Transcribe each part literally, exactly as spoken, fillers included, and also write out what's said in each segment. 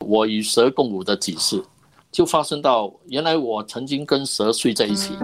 我与蛇共舞的几世，就发生到原来我曾经跟蛇睡在一起。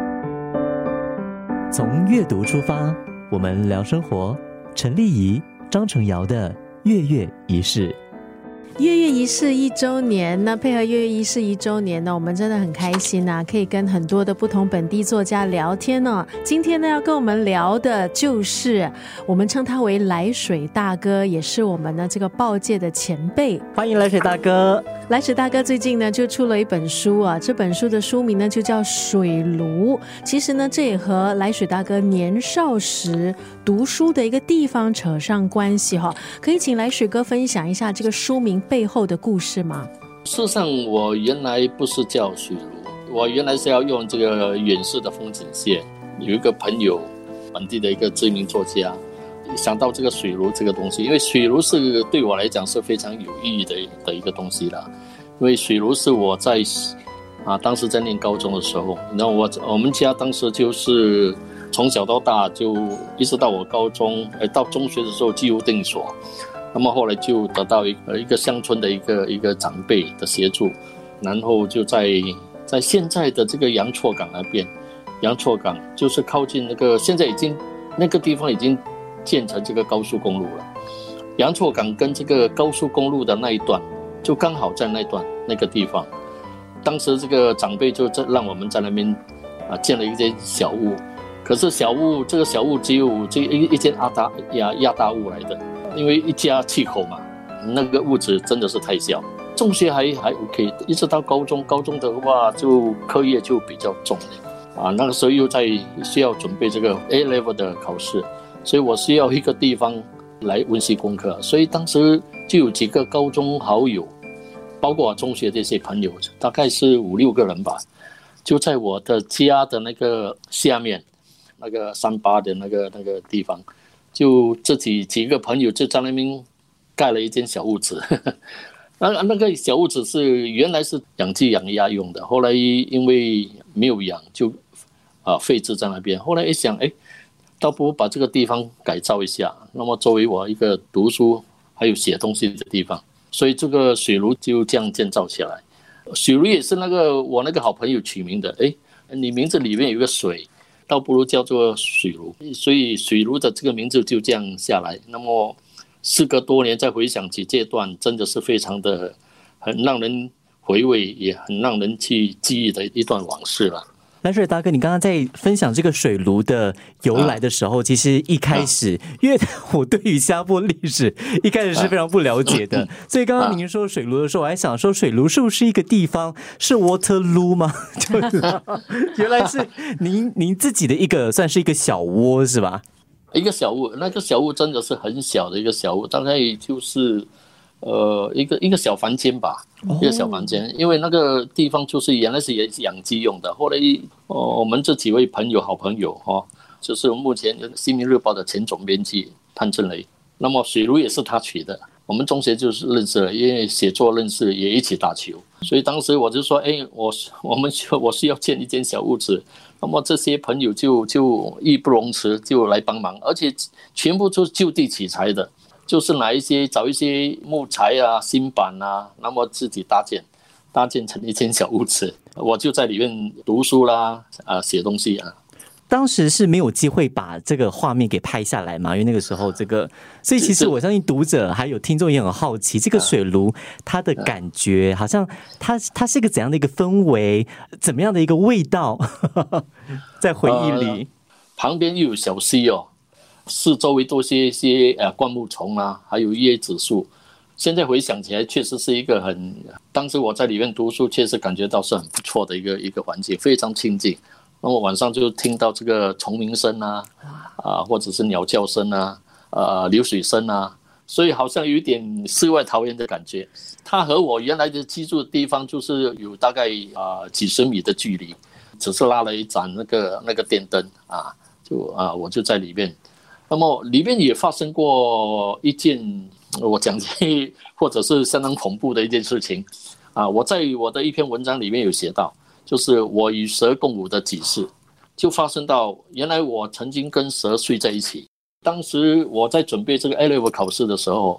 从阅读出发，我们聊生活。陈丽仪、张成尧的月月仪式。 月月仪式一周年，那配合月月仪式一周年呢，我们真的很开心啊，可以跟很多的不同本地作家聊天哦。今天呢，要跟我们聊的就是我们称他为来水大哥，也是我们的这个报界的前辈。 欢迎来水大哥。 来水大哥最近呢就出了一本书啊，这本书的书名呢就叫《水炉》。其实呢，这也和来水大哥年少时读书的一个地方扯上关系哈。可以请来水哥分享一下这个书名背后的故事吗？ 事实上，我原来不是叫水炉，我原来是要用这个远视的风景线。有一个朋友，本地的一个知名作家，想到这个水炉这个东西，因为水炉是对我来讲是非常有意义的的一个东西啦。因为水炉是我在啊当时在念高中的时候，然后我我们家当时就是从小到大就一直到我高中，呃到中学的时候居无定所。那么后来就得到一个一个乡村的一个一个长辈的协助，然后就在在现在的这个阳错港那边，阳错港就是靠近那个现在已经那个地方已经建成这个高速公路了。阳错港跟这个高速公路的那一段，就刚好在那段那个地方。当时这个长辈就让我们在那边啊建了一间小屋，可是小屋这个小屋只有这一一间阿大亚亚大屋来的。因为一家七口嘛，那个屋子真的是太小。中学还还 OK， 一直到高中，高中的话就课业就比较重啊。那个时候又在需要准备这个 A level 的考试，所以我需要一个地方来温习功课。所以当时就有几个高中好友，包括我中学这些朋友，大概是五六个人吧，就在我的家的那个下面，那个三八的那个那个地方。就自己几个朋友就在那边盖了一间小屋子，那那个小屋子是原来是养鸡养鸭用的，后来因为没有养就啊废置在那边。后来一想，哎，倒不如把这个地方改造一下，那么作为我一个读书还有写东西的地方，所以这个水炉就这样建造起来。水炉也是那个我那个好朋友取名的，哎，你名字里面有个水。倒不如叫做水炉，所以水炉的这个名字就这样下来。那么事隔多年再回想起这段，真的是非常的很让人回味，也很让人去记忆的一段往事了。 来水大哥，你刚刚在分享这个水炉的由来的时候，啊、其实一开始，啊、因为我对于虾坡历史一开始是非常不了解的，啊、所以刚刚您说水炉的时候，我还想说水炉是不是一个地方，是 Waterloo 吗？就是原来是您您自己的一个算是一个小窝是吧？ 一个小屋，那个小屋真的是很小的一个小屋，大概就是。呃，一个一个小房间吧，一个小房间，因为那个地方就是原来是养鸡用的，后来呃我们这几位朋友好朋友哈、哦，就是目前《新民日报》的前总编辑潘正雷，那么水炉也是他取的，我们中学就是认识了，因为写作认识，也一起打球，所以当时我就说，哎，我我们我需要建一间小屋子，那么这些朋友就就义不容辞，就来帮忙，而且全部都是就地取材的。就是拿一些找一些木材啊、新板啊，那么自己搭建，搭建成一间小屋子，我就在里面读书啦，啊，写东西啊。 当时是没有机会把这个画面给拍下来嘛，因为那个时候这个，所以其实我相信读者还有听众也很好奇，这个水炉它的感觉，好像它它是一个怎样的一个氛围，怎么样的一个味道，在回忆里。 呃、旁边又有小溪哦。四周围都是一些呃灌木丛啊，还有椰子树。现在回想起来，确实是一个很，当时我在里面读书，确实感觉到是很不错的一个一个环境，非常清静。那么晚上就听到这个虫鸣声啊，啊或者是鸟叫声啊，呃流水声啊，所以好像有一点世外桃源的感觉。它和我原来的居住的地方就是有大概啊、呃、几十米的距离，只是拉了一盏那个那个电灯啊，就啊我就在里面。那么里面也发生过一件我讲起或者是相当恐怖的一件事情啊，我在我的一篇文章里面有写到，就是我与蛇共舞的几世，就发生到原来我曾经跟蛇睡在一起。当时我在准备这个 A level 考试的时候，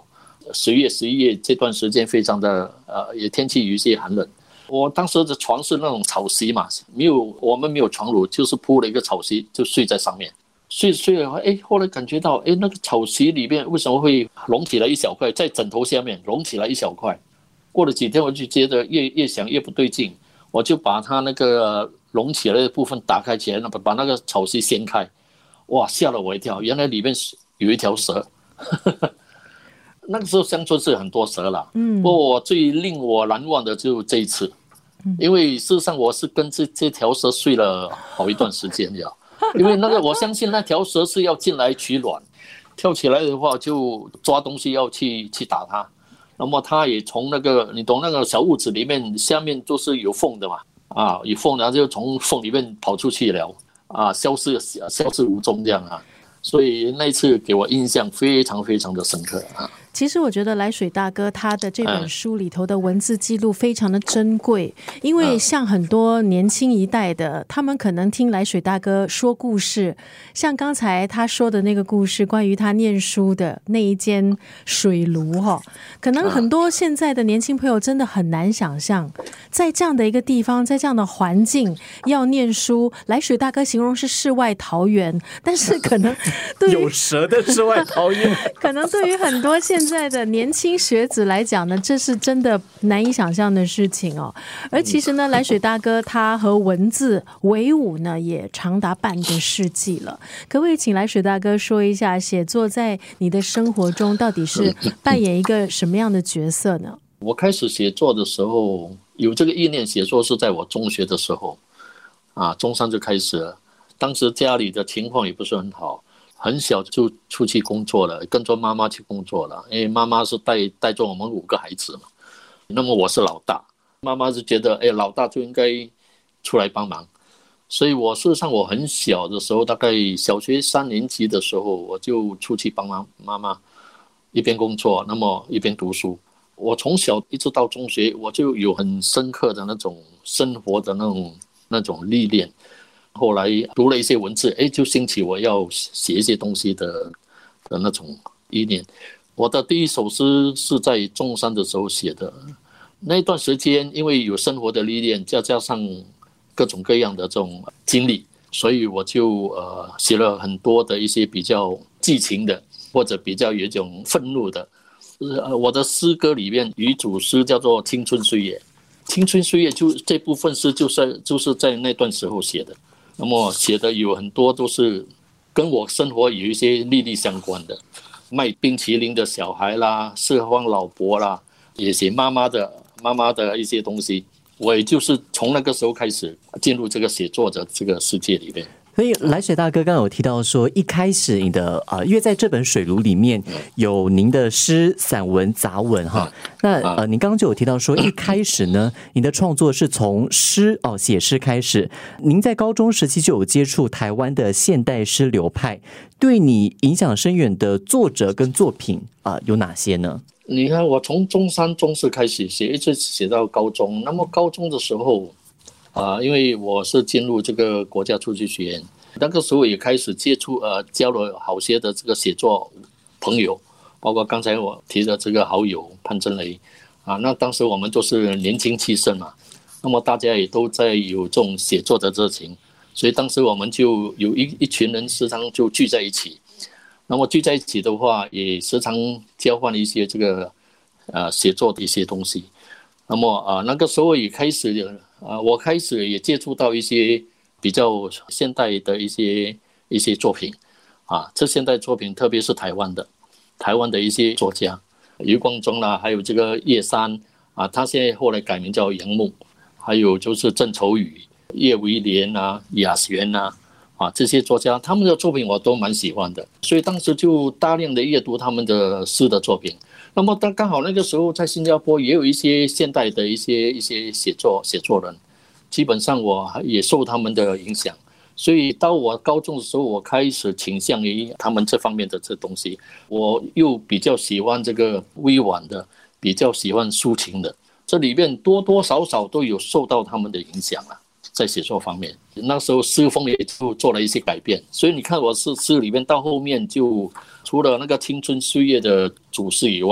十月、十一月这段时间非常的呃，也天气有一些寒冷。我当时的床是那种草席嘛，没有我们没有床褥，就是铺了一个草席，就睡在上面。睡睡了，哎，后来感觉到，哎，那个草席里面为什么会隆起来一小块，在枕头下面隆起来一小块。过了几天，我就觉得越越想越不对劲，我就把它那个隆起来的部分打开起来，把那个草席掀开，哇，吓了我一跳，原来里面有一条蛇。那个时候乡村是很多蛇啦，嗯，不过我最令我难忘的就这一次，因为事实上我是跟这这条蛇睡了好一段时间了。因为那个，我相信那条蛇是要进来取卵，跳起来的话就抓东西要去去打它。那么它也从那个，你懂那个小屋子里面下面都是有缝的嘛，啊，有缝，然后就从缝里面跑出去了，啊，消失消失无踪这样啊。所以那一次给我印象非常非常的深刻啊。 其实我觉得来水大哥他的这本书里头的文字记录非常的珍贵，因为像很多年轻一代的，他们可能听来水大哥说故事，像刚才他说的那个故事，关于他念书的那一间水炉哈，可能很多现在的年轻朋友真的很难想象，在这样的一个地方，在这样的环境要念书，来水大哥形容是世外桃源，但是可能对于有蛇的世外桃源， 可能对于很多现在的年轻学子来讲呢，这是真的难以想象的事情哦。而其实呢，来水大哥他和文字为伍呢，也长达半个世纪了。可不可以请来水大哥说一下，写作在你的生活中到底是扮演一个什么样的角色呢？ 我开始写作的时候，有这个意念写作是在我中学的时候啊，中三就开始了。当时家里的情况也不是很好。很小就出去工作了，跟着妈妈去工作了，因为妈妈是带带着我们五个孩子嘛。那么我是老大，妈妈就觉得，哎，老大就应该出来帮忙。所以我事实上我很小的时候，大概小学三年级的时候，我就出去帮忙妈妈，一边工作，那么一边读书。我从小一直到中学，我就有很深刻的那种生活的那种那种历练。后来读了一些文字，哎，就兴起我要写一些东西的的那种意念。我的第一首诗是在中山的时候写的，那段时间因为有生活的历练，再加上各种各样的这种经历，所以我就呃写了很多的一些比较激情的，或者比较有一种愤怒的。呃，我的诗歌里面有一组诗叫做《青春岁月》，青春岁月就这部分诗就是就是在那段时候写的。那么写的有很多都是跟我生活有一些历历相关的，卖冰淇淋的小孩啦，四方老伯啦，也写妈妈的妈妈的一些东西。我也就是从那个时候开始进入这个写作的这个世界里面。 所以来水大哥刚刚有提到说，一开始你的呃，因为在这本水炉里面有您的诗、散文、杂文哈。那呃，您刚刚就有提到说，一开始呢，你的创作是从诗哦写诗开始。您在高中时期就有接触台湾的现代诗流派，对你影响深远的作者跟作品啊、呃、有哪些呢？ 你看，我从中三、中四开始写，一直写到高中。那么高中的时候。啊、呃，因为我是进入这个国家出去学院，那个时候也开始接触呃，交了好些的这个写作朋友，包括刚才我提的这个好友潘振雷啊，那当时我们都是年轻气盛嘛，那么大家也都在有这种写作的热情，所以当时我们就有一一群人时常就聚在一起，那么聚在一起的话，也时常交换一些这个呃写作的一些东西，那么啊、呃、那个时候也开始。啊，我开始也接触到一些比较现代的一些一些作品，啊，这现代作品特别是台湾的，台湾的一些作家，余光中啦，还有这个叶珊啊，他现在后来改名叫杨牧，还有就是郑愁予、叶维廉啊、雅璇啊，啊这些作家，他们的作品我都蛮喜欢的，所以当时就大量的阅读他们的诗的作品。那么当刚好那个时候在新加坡也有一些现代的一些一些写作写作人，基本上我也受他们的影响，所以到我高中的时候，我开始倾向于他们这方面的这东西，我又比较喜欢这个委婉的，比较喜欢抒情的，这里面多多少少都有受到他们的影响啊，在写作方面，那时候诗风也就做了一些改变，所以你看我诗诗里面到后面就除了那个青春岁月的主诗以外，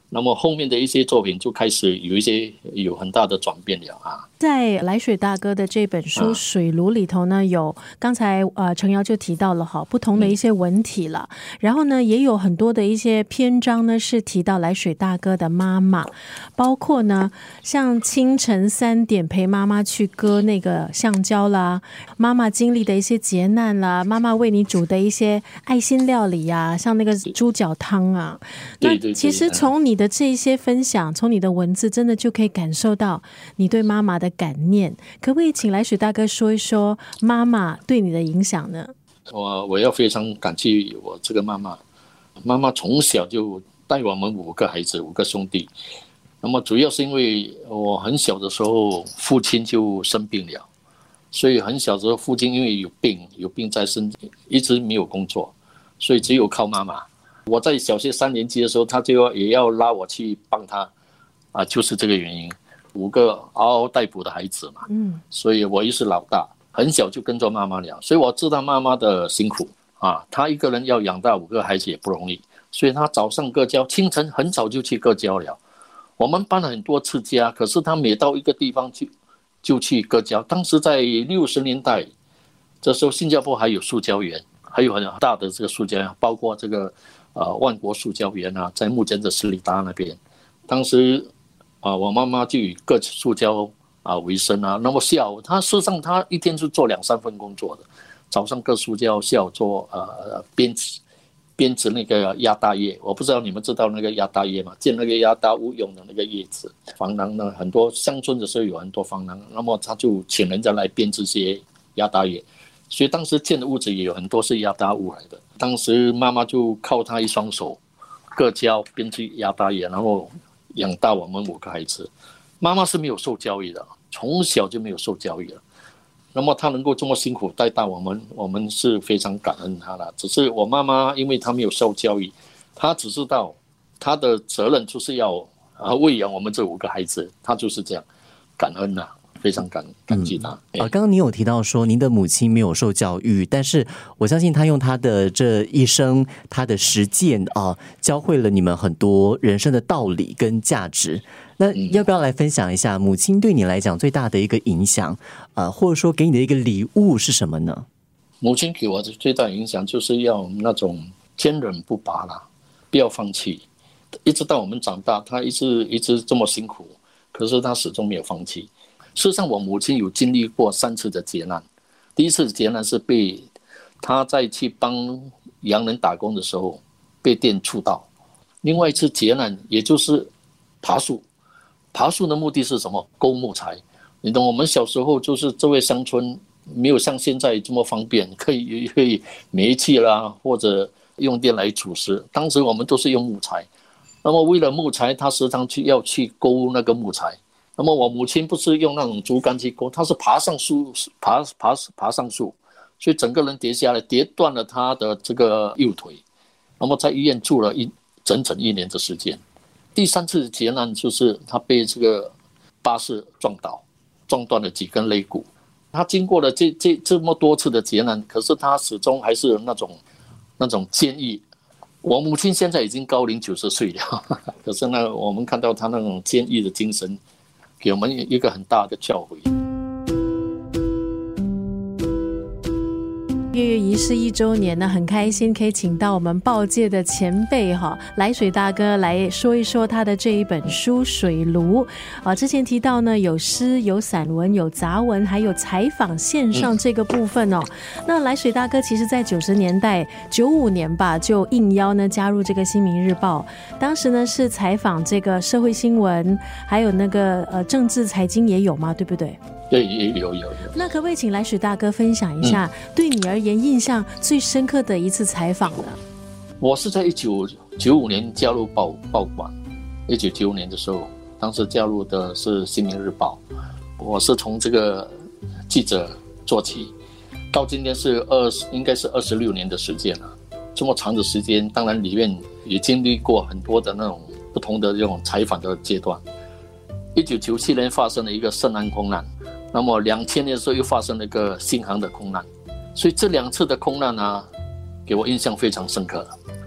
那么后面的一些作品就开始有一些有很大的转变了啊。 在来水大哥的这本书《水炉》里头呢，有刚才呃程瑶就提到了哈不同的一些文体了，嗯、然后呢也有很多的一些篇章呢是提到来水大哥的妈妈，包括呢像清晨三点陪妈妈去割那个橡胶啦，妈妈经历的一些劫难啦，妈妈为你煮的一些爱心料理啊，像那个猪脚汤啊。 对对对， 那其实从你的这一些分享，从你的文字，真的就可以感受到你对妈妈的感念。可不可以请来水大哥说一说妈妈对你的影响呢？ 我我要非常感激我这个妈妈，妈妈从小就带我们五个孩子，五个兄弟。那么主要是因为我很小的时候父亲就生病了，所以很小的时候父亲因为有病有病在身，一直没有工作，所以只有靠妈妈。我在小学三年级的时候，他就要也要拉我去帮他，啊，就是这个原因。五个嗷嗷待哺的孩子嘛，嗯，所以我又是老大，很小就跟着妈妈了，所以我知道妈妈的辛苦啊。她一个人要养大五个孩子也不容易，所以她早上割胶，清晨很早就去割胶了。我们搬了很多次家，可是她每到一个地方去就去割胶。当时在六十年代，这时候新加坡还有塑胶园，还有很大的这个塑胶园，包括这个。呃，万国塑胶园啊，在木间的斯里达那边，当时啊、呃，我妈妈就以割塑胶啊为生啊。那么下午，她事实上她一天是做两三份工作的，早上割塑胶，下午做呃编织编织那个鸭大叶。我不知道你们知道那个鸭大叶吗？建那个鸭大屋用的那个叶子，防狼呢，很多乡村的时候有很多防狼，那么他就请人家来编织些鸭大叶。所以当时建的屋子也有很多是鸭大屋来的。当时妈妈就靠她一双手割胶编织鸭大叶，然后养大我们五个孩子。妈妈是没有受教育的，从小就没有受教育了。那么她能够这么辛苦带大我们，我们是非常感恩她的。只是我妈妈因为她没有受教育，她只知道她的责任就是要啊喂养我们这五个孩子，她就是这样感恩啊。非常感感激他。啊、 嗯，刚刚您有提到说您的母亲没有受教育，但是我相信她用她的这一生，她的实践啊，教会了你们很多人生的道理跟价值。那要不要来分享一下母亲对你来讲最大的一个影响，呃，或者说给你的一个礼物是什么呢？ 母亲给我的最大的影响就是要那种坚韧不拔啦，不要放弃，一直到我们长大，她一直一直这么辛苦，可是她始终没有放弃。事实上，我母亲有经历过三次的劫难。第一次劫难是被她在去帮洋人打工的时候被电触到；另外一次劫难，也就是爬树。爬树的目的是什么？勾木材。你懂，我们小时候就是这位乡村没有像现在这么方便，可以可以煤气啦，或者用电来煮食。当时我们都是用木材。那么为了木材，她时常去要去勾那个木材。那么我母亲不是用那种竹竿去勾，她是爬上树，爬爬爬上树，所以整个人跌下来，跌断了她的这个右腿。那么在医院住了一整整一年的时间。第三次劫难就是她被这个巴士撞倒，撞断了几根肋骨。她经过了这这这么多次的劫难，可是她始终还是那种那种坚毅。我母亲现在已经高龄九十岁了，可是呢，我们看到她那种坚毅的精神。给我们一个很大的教诲。 月月仪式一周年呢，很开心可以请到我们报界的前辈哈来水大哥来说一说他的这一本书《水炉》啊。之前提到呢，有诗、有散文、有杂文，还有采访线上这个部分哦。嗯、那来水大哥其实在九十年代九五年吧，就应邀呢加入这个《新民日报》，当时呢是采访这个社会新闻，还有那个呃政治财经也有嘛，对不对？ 对，有有有。 那可不可以请来水大哥分享一下，嗯、对你而言印象最深刻的一次采访呢？ 我是在一九九五年加入报报馆，一九九五年的时候，当时加入的是《新民日报》，我是从这个记者做起，到今天是二应该是二十六年的时间了。这么长的时间，当然里面也经历过很多的那种不同的这种采访的阶段。一九九七年发生了一个圣安空难。那么两千年的时候又发生了一个新航的空难，所以这两次的空难呢，给我印象非常深刻。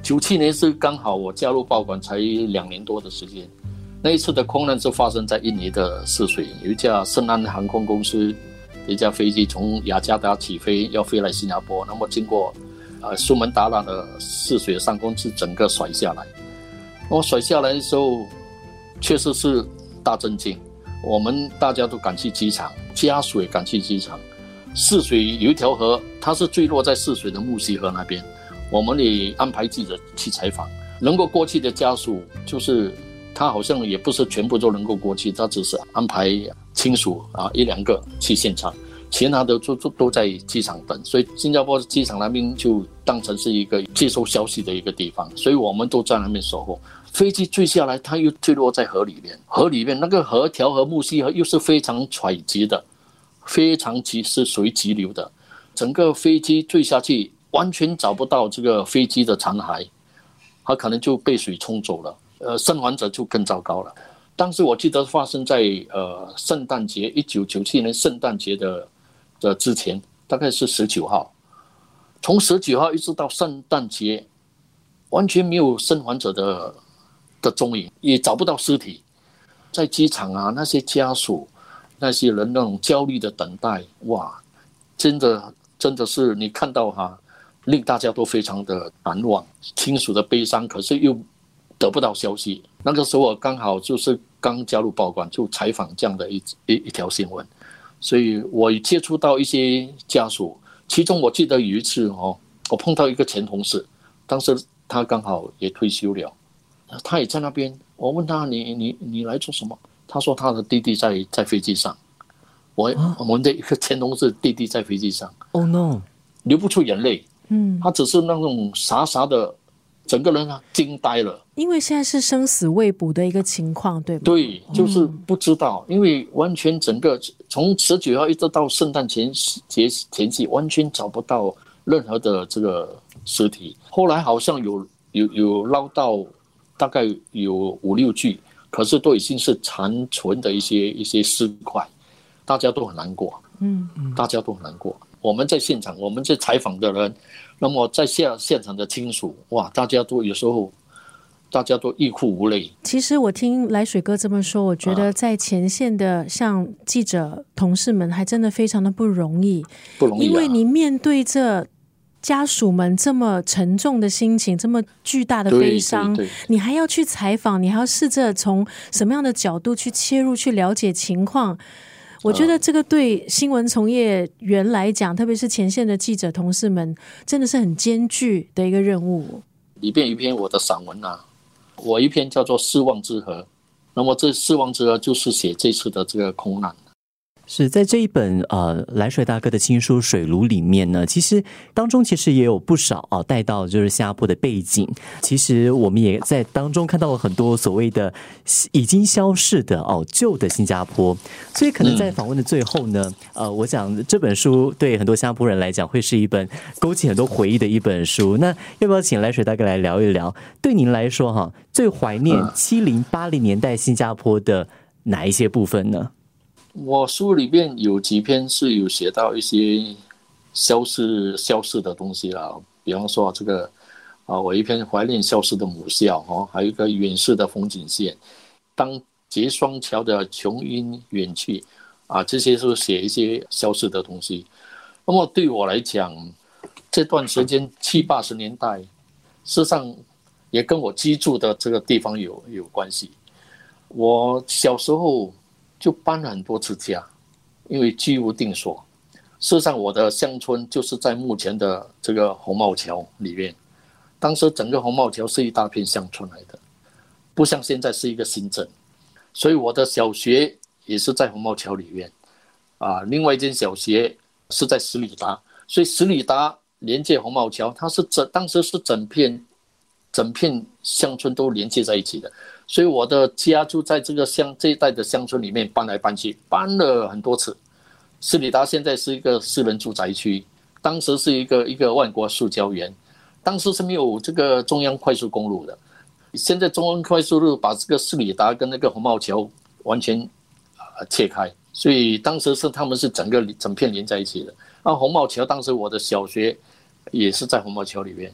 九七年是刚好我加入报馆才两年多的时间。那一次的空难是发生在印尼的泗水，有一架圣安航空公司一架飞机从雅加达起飞，要飞来新加坡，那么经过呃苏门答腊的泗水上空是整个甩下来。那么甩下来的时候，确实是大震惊，我们大家都赶去机场，家属也赶去机场。泗水有一条河，它是坠落在泗水的木樨河那边，我们也安排记者去采访。能够过去的家属，就是他好像也不是全部都能够过去，他只是安排亲属啊一两个去现场，其他的都都在机场等。所以新加坡机场那边就当成是一个接收消息的一个地方，所以我们都在那边守候。飞机坠下来，它又坠落在河里面，河里面那个河条河木樨河又是非常湍急的，非常急，是属于急流的。整个飞机坠下去，完全找不到这个飞机的残骸，它可能就被水冲走了。呃，生还者就更糟糕了。当时我记得发生在呃圣诞节，一九九七年圣诞节的的之前，大概是十九号，从十九号一直到圣诞节，完全没有生还者的的踪影，也找不到尸体。在机场啊，那些家属、那些人那种焦虑的等待，哇，真的真的是你看到哈、啊，令大家都非常的难忘，亲属的悲伤，可是又得不到消息。那个时候我刚好就是刚加入报馆，就采访这样的一一一条新闻，所以我接触到一些家属，其中我记得有一次哦，我碰到一个前同事，当时他刚好也退休了，他也在那边。我问他你你你来做什么？他说他的弟弟在在飞机上。我、啊、我们的一个前同事弟弟在飞机上。 Oh no！ 流不出眼泪。 嗯， 他只是那种傻傻的，整个人啊惊呆了。因为现在是生死未卜的一个情况，对吗？ 对，就是不知道，嗯、因为完全整个从十九号一直到圣诞前节前夕，完全找不到任何的这个尸体。后来好像有有有捞到大概有五六具，可是都已经是残存的一些一些尸块，大家都很难过。嗯，大家都很难过。我们在现场，我们在采访的人，那么在现现场的亲属，哇，大家都有时候，大家都欲哭无泪。 其实我听来水哥这么说，我觉得在前线的像记者同事们，还真的非常的不容易， 不容易、啊， 因为你面对着家属们这么沉重的心情，这么巨大的悲伤， 对对对， 你还要去采访，你还要试着从什么样的角度去切入，去了解情况。我觉得这个对新闻从业员来讲，特别是前线的记者同事们，真的是很艰巨的一个任务。 里边有一篇我的散文啊，我一篇叫做《失望之河》，那么这失望之河就是写这次的这个空难。 是在这一本呃来水大哥的新书《水炉》里面呢，其实当中其实也有不少啊带到就是新加坡的背景。其实我们也在当中看到了很多所谓的已经消逝的哦旧的新加坡。所以可能在访问的最后呢，呃，我想这本书对很多新加坡人来讲会是一本勾起很多回忆的一本书。那要不要请来水大哥来聊一聊，对您来说哈最怀念七零八零年代新加坡的哪一些部分呢？ 我书里面有几篇是有写到一些消失消失的东西啦，比方说这个啊，我一篇怀念消失的母校哦，还有一个远逝的风景线，当结双桥的琼英远去啊，这些是写一些消失的东西。那么对我来讲，这段时间七八十年代，事实上也跟我居住的这个地方有有关系。我小时候就搬了很多次家，因为居无定所。事实上我的乡村就是在目前的这个红帽桥里面，当时整个红帽桥是一大片乡村来的，不像现在是一个新镇。所以我的小学也是在红帽桥里面啊，另外一间小学是在十里达，所以十里达连接红帽桥，它是整当时是整片整片乡村都连接在一起的。所以我的家就在这个乡这一带的乡村里面搬来搬去，搬了很多次。十里达现在是一个私人住宅区，当时是一个一个万国塑胶园，当时是没有这个中央快速公路的。现在中央快速路把这个十里达跟那个红帽桥完全、呃、切开，所以当时是他们是整个整片连在一起的。那红帽桥当时我的小学也是在红帽桥里面。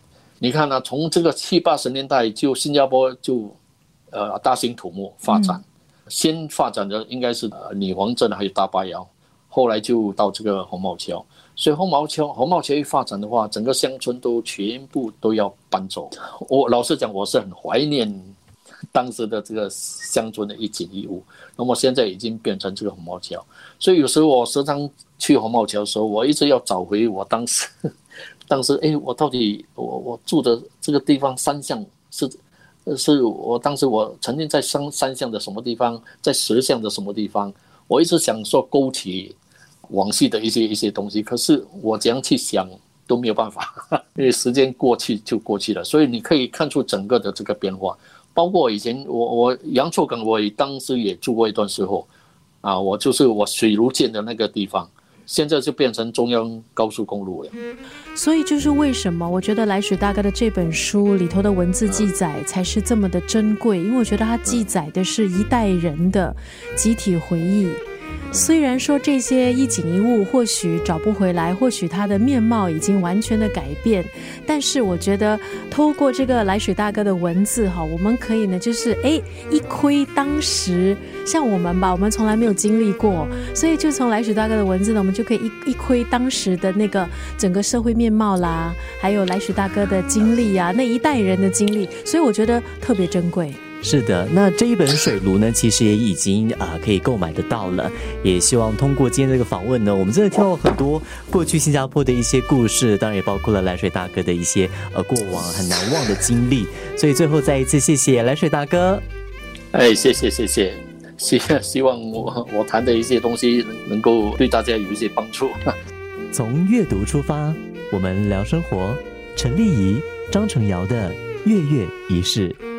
你看呢、啊，从这个七八十年代就新加坡就呃大兴土木发展，嗯、先发展的应该是女皇镇还有大巴窑，后来就到这个红毛桥。所以红毛桥红毛桥一发展的话，整个乡村都全部都要搬走。我老实讲，我是很怀念当时的这个乡村的一景一物。那么现在已经变成这个红毛桥，所以有时候我时常去红毛桥的时候，我一直要找回我当时，当时哎，我到底我我住的这个地方山巷是，是我当时我曾经在山山巷的什么地方，在石巷的什么地方，我一直想说勾起往昔的一些一些东西，可是我怎样去想都没有办法，因为时间过去就过去了。所以你可以看出整个的这个变化，包括以前我我洋厝港我当时也住过一段时候，啊，我就是我水炉建的那个地方，现在就变成中央高速公路了。 所以就是为什么我觉得来水大哥的这本书里头的文字记载才是这么的珍贵，因为我觉得它记载的是一代人的集体回忆。虽然说这些一景一物或许找不回来，或许它的面貌已经完全的改变，但是我觉得透过这个来水大哥的文字哈，我们可以呢就是哎一窥当时，像我们吧，我们从来没有经历过，所以就从来水大哥的文字呢，我们就可以一一窥当时的那个整个社会面貌啦，还有来水大哥的经历啊，那一代人的经历，所以我觉得特别珍贵。 是的，那这一本水炉呢，其实也已经啊、呃、可以购买得到了。也希望通过今天这个访问呢，我们真的听到很多过去新加坡的一些故事，当然也包括了来水大哥的一些呃过往很难忘的经历。所以最后再一次谢谢来水大哥。 哎，谢谢谢谢，希希望我我谈的一些东西能够对大家有一些帮助。 从阅读出发，我们聊生活。陈立仪、张成尧的月月仪式。